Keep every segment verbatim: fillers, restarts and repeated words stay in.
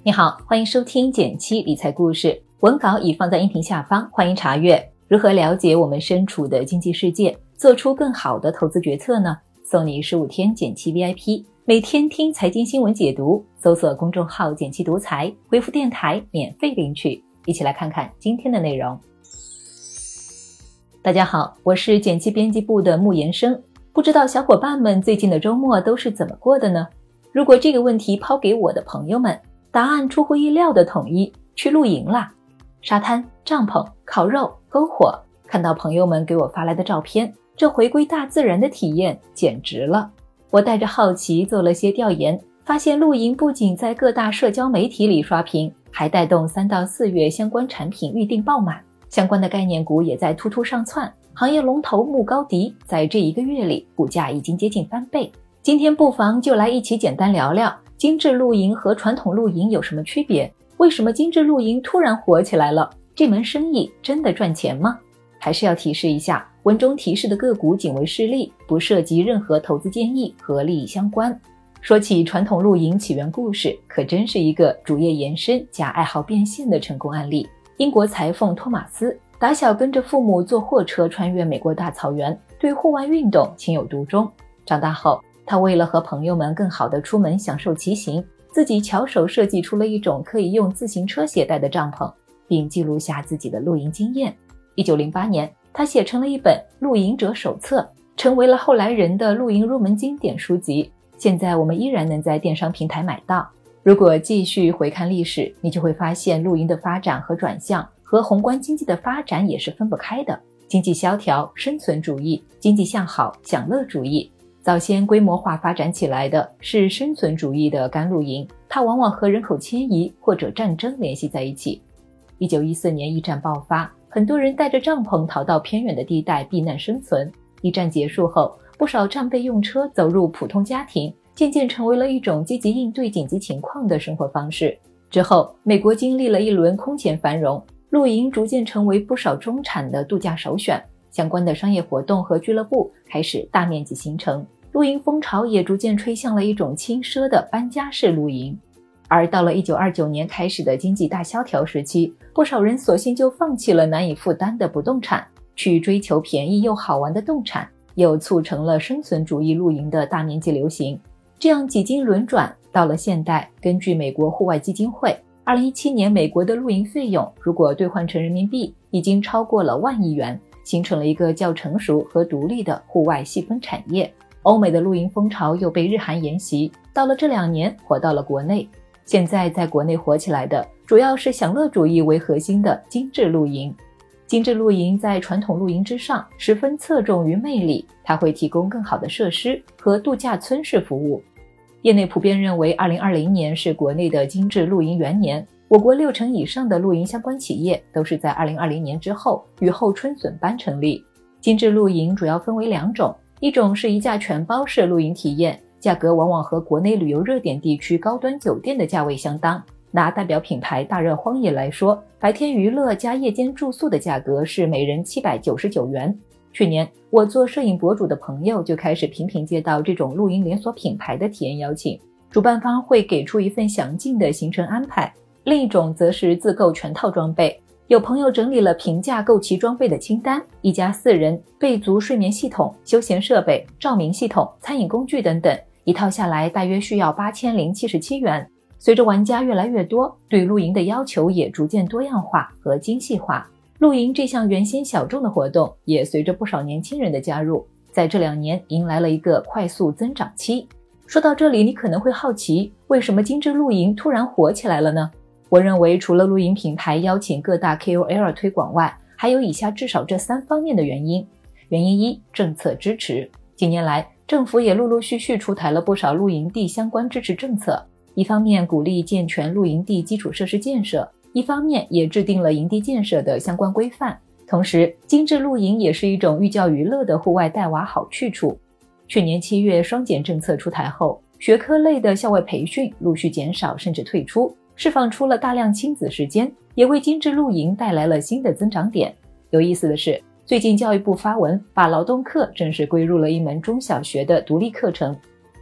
你好，欢迎收听减七理财故事，文稿已放在音频下方，欢迎查阅。如何了解我们身处的经济世界，做出更好的投资决策呢？送你十五天减七 V I P， 每天听财经新闻解读，搜索公众号减七独裁，回复电台免费领取。一起来看看今天的内容。大家好，我是减七编辑部的穆延生。不知道小伙伴们最近的周末都是怎么过的呢？如果这个问题抛给我的朋友们，答案出乎意料的统一，去露营啦。沙滩、帐篷、烤肉、篝火，看到朋友们给我发来的照片，这回归大自然的体验简直了。我带着好奇做了些调研，发现露营不仅在各大社交媒体里刷屏，还带动三到四月相关产品预订爆满，相关的概念股也在突突上窜，行业龙头慕高迪在这一个月里股价已经接近翻倍。今天不妨就来一起简单聊聊精致露营和传统露营有什么区别？为什么精致露营突然火起来了？这门生意真的赚钱吗？还是要提示一下，文中提示的个股仅为示例，不涉及任何投资建议和利益相关。说起传统露营起源故事，可真是一个主业延伸加爱好变现的成功案例。英国裁缝托马斯打小跟着父母坐货车穿越美国大草原，对户外运动情有独钟。长大后，他为了和朋友们更好地出门享受骑行，自己巧手设计出了一种可以用自行车携带的帐篷，并记录下自己的露营经验。一九零八年，他写成了一本《露营者手册》，成为了后来人的露营入门经典书籍。现在我们依然能在电商平台买到。如果继续回看历史，你就会发现露营的发展和转向和宏观经济的发展也是分不开的。经济萧条、生存主义；经济向好、享乐主义。早先规模化发展起来的是生存主义的干露营，它往往和人口迁移或者战争联系在一起。一九一四年一战爆发，很多人带着帐篷逃到偏远的地带避难生存。一战结束后，不少战备用车走入普通家庭，渐渐成为了一种积极应对紧急情况的生活方式。之后，美国经历了一轮空前繁荣，露营逐渐成为不少中产的度假首选，相关的商业活动和俱乐部开始大面积形成。露营风潮也逐渐吹向了一种轻奢的搬家式露营。而到了一九二九年开始的经济大萧条时期，不少人索性就放弃了难以负担的不动产，去追求便宜又好玩的动产，又促成了生存主义露营的大面积流行。这样几经轮转，到了现代，根据美国户外基金会，二零一七年美国的露营费用如果兑换成人民币，已经超过了万亿元，形成了一个较成熟和独立的户外细分产业。欧美的露营风潮又被日韩沿袭，到了这两年火到了国内。现在在国内火起来的主要是享乐主义为核心的精致露营。精致露营在传统露营之上十分侧重于魅力，它会提供更好的设施和度假村式服务。业内普遍认为二零二零年是国内的精致露营元年，我国六成以上的露营相关企业都是在二零二零年之后雨后春笋般成立。精致露营主要分为两种，一种是一价全包式露营体验，价格往往和国内旅游热点地区高端酒店的价位相当。拿代表品牌大热荒野来说，白天娱乐加夜间住宿的价格是每人七百九十九元。去年我做摄影博主的朋友就开始频频接到这种露营连锁品牌的体验邀请，主办方会给出一份详尽的行程安排。另一种则是自购全套装备，有朋友整理了平价购齐装备的清单，一家四人备足睡眠系统、休闲设备、照明系统、餐饮工具等等，一套下来大约需要八千零七十七元。随着玩家越来越多，对露营的要求也逐渐多样化和精细化。露营这项原先小众的活动，也随着不少年轻人的加入，在这两年迎来了一个快速增长期。说到这里，你可能会好奇，为什么精致露营突然火起来了呢？我认为除了露营品牌邀请各大 K O L 推广外，还有以下至少这三方面的原因。原因一，政策支持。近年来，政府也陆陆续续出台了不少露营地相关支持政策，一方面鼓励健全露营地基础设施建设，一方面也制定了营地建设的相关规范。同时，精致露营也是一种寓教于乐的户外带娃好去处。去年七月双减政策出台后，学科类的校外培训陆续减少甚至退出，释放出了大量亲子时间，也为精致露营带来了新的增长点。有意思的是，最近教育部发文把劳动课正式归入了一门中小学的独立课程。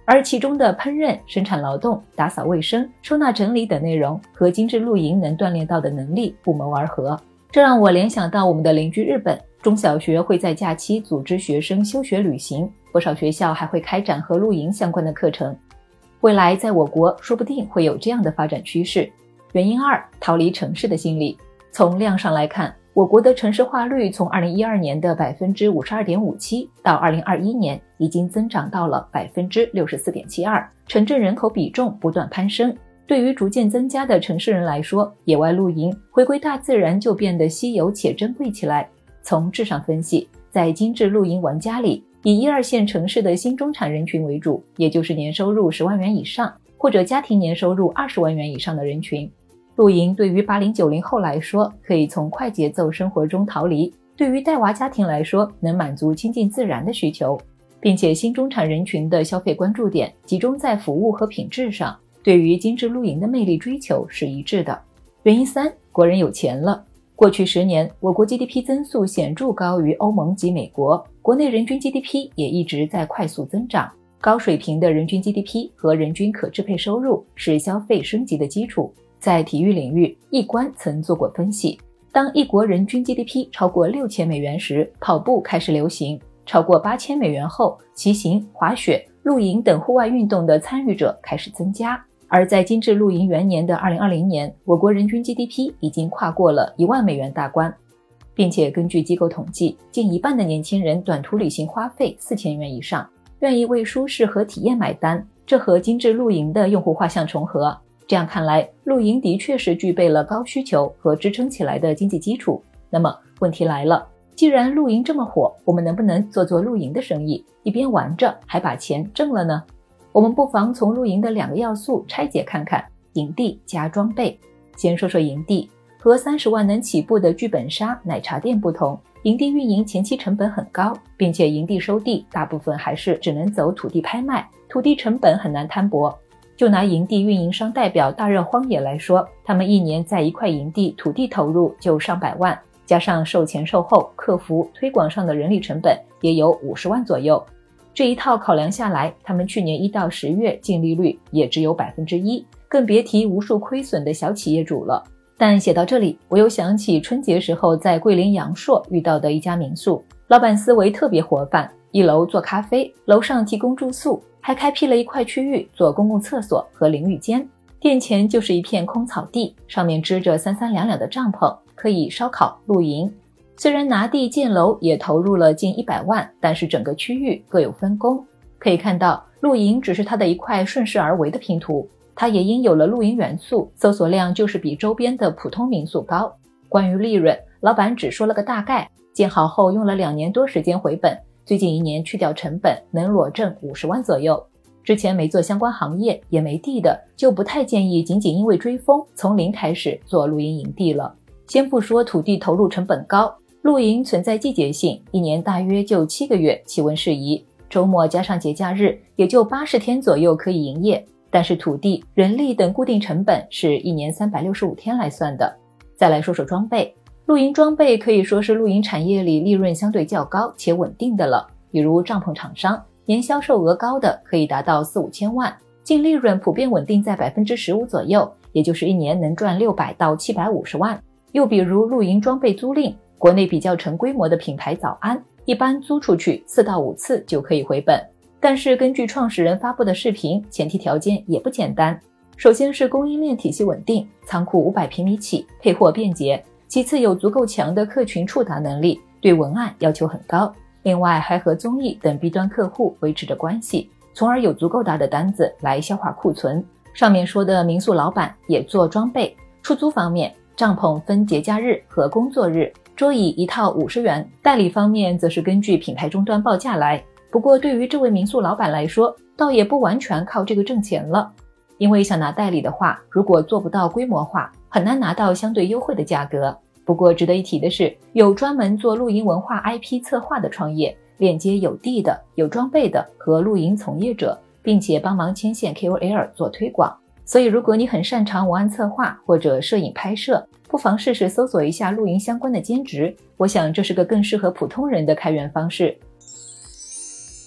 而其中的烹饪、生产劳动、打扫卫生、收纳整理等内容和精致露营能锻炼到的能力不谋而合。这让我联想到我们的邻居日本，中小学会在假期组织学生休学旅行，不少学校还会开展和露营相关的课程。未来在我国说不定会有这样的发展趋势。原因二，逃离城市的心理。从量上来看，我国的城市化率从二零一二年的 百分之五十二点五七 到二零二一年已经增长到了 百分之六十四点七二， 城镇人口比重不断攀升。对于逐渐增加的城市人来说，野外露营回归大自然就变得稀有且珍贵起来。从质上分析，在精致露营玩家里，以一二线城市的新中产人群为主，也就是年收入十万元以上或者家庭年收入二十万元以上的人群。露营对于八零九零后来说，可以从快节奏生活中逃离，对于带娃家庭来说，能满足亲近自然的需求，并且新中产人群的消费关注点集中在服务和品质上，对于精致露营的魅力追求是一致的。原因三，国人有钱了。过去十年，我国 G D P 增速显著高于欧盟及美国，国内人均 G D P 也一直在快速增长。高水平的人均 G D P 和人均可支配收入是消费升级的基础。在体育领域，易观曾做过分析，当一国人均 G D P 超过六千美元时，跑步开始流行；超过八千美元后，骑行、滑雪、露营等户外运动的参与者开始增加。而在精致露营元年的二零二零年，我国人均 G D P 已经跨过了一万美元大关，并且根据机构统计，近一半的年轻人短途旅行花费四千元以上，愿意为舒适和体验买单，这和精致露营的用户画像重合。这样看来，露营的确是具备了高需求和支撑起来的经济基础。那么问题来了，既然露营这么火，我们能不能做做露营的生意，一边玩着还把钱挣了呢？我们不妨从露营的两个要素拆解看看，营地加装备。先说说营地，和三十万能起步的剧本杀、奶茶店不同，营地运营前期成本很高，并且营地收地大部分还是只能走土地拍卖，土地成本很难摊薄。就拿营地运营商代表大热荒野来说，他们一年在一块营地土地投入就上百万，加上售前售后、客服、推广上的人力成本也有五十万左右。这一套考量下来，他们去年一到十月净利率也只有百分之一，更别提无数亏损的小企业主了。但写到这里，我又想起春节时候在桂林阳朔遇到的一家民宿，老板思维特别活泛，一楼做咖啡，楼上提供住宿，还开辟了一块区域做公共厕所和淋浴间，店前就是一片空草地，上面支着三三两两的帐篷，可以烧烤露营。虽然拿地建楼也投入了近一百万，但是整个区域各有分工。可以看到，露营只是它的一块顺势而为的拼图，它也因有了露营元素，搜索量就是比周边的普通民宿高。关于利润，老板只说了个大概，建好后用了两年多时间回本，最近一年去掉成本能裸挣五十万左右。之前没做相关行业也没地的，就不太建议仅仅因为追风从零开始做露营营地了。先不说土地投入成本高，露营存在季节性，一年大约就七个月，气温适宜，周末加上节假日也就八十天左右可以营业，但是土地、人力等固定成本是一年三百六十五天来算的。再来说说装备，露营装备可以说是露营产业里利润相对较高且稳定的了，比如帐篷厂商年销售额高的可以达到四五千万，净利润普遍稳定在 百分之十五 左右，也就是一年能赚六百到七百五十万。又比如露营装备租赁，国内比较成规模的品牌早安，一般租出去四到五次就可以回本。但是根据创始人发布的视频，前提条件也不简单。首先是供应链体系稳定，仓库五百平米起，配货便捷；其次有足够强的客群触达能力，对文案要求很高。另外还和综艺等 B 端客户维持着关系，从而有足够大的单子来消化库存。上面说的民宿老板也做装备。出租方面，帐篷分节假日和工作日，桌椅一套五十元，代理方面则是根据品牌终端报价来。不过对于这位民宿老板来说，倒也不完全靠这个挣钱了，因为想拿代理的话，如果做不到规模化，很难拿到相对优惠的价格。不过值得一提的是，有专门做露营文化 I P 策划的创业，链接有地的、有装备的和露营从业者，并且帮忙牵线 K O L 做推广。所以如果你很擅长文案策划或者摄影拍摄，不妨试试搜索一下露营相关的兼职，我想这是个更适合普通人的开源方式。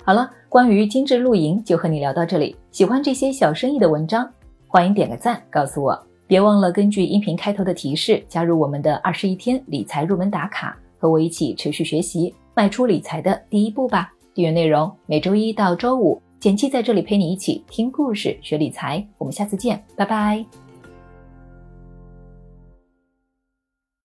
好了，关于精致露营就和你聊到这里。喜欢这些小生意的文章，欢迎点个赞告诉我。别忘了根据音频开头的提示加入我们的二十一天理财入门打卡，和我一起持续学习，迈出理财的第一步吧。订阅内容每周一到周五，简七在这里陪你一起听故事学理财，我们下次见，拜拜。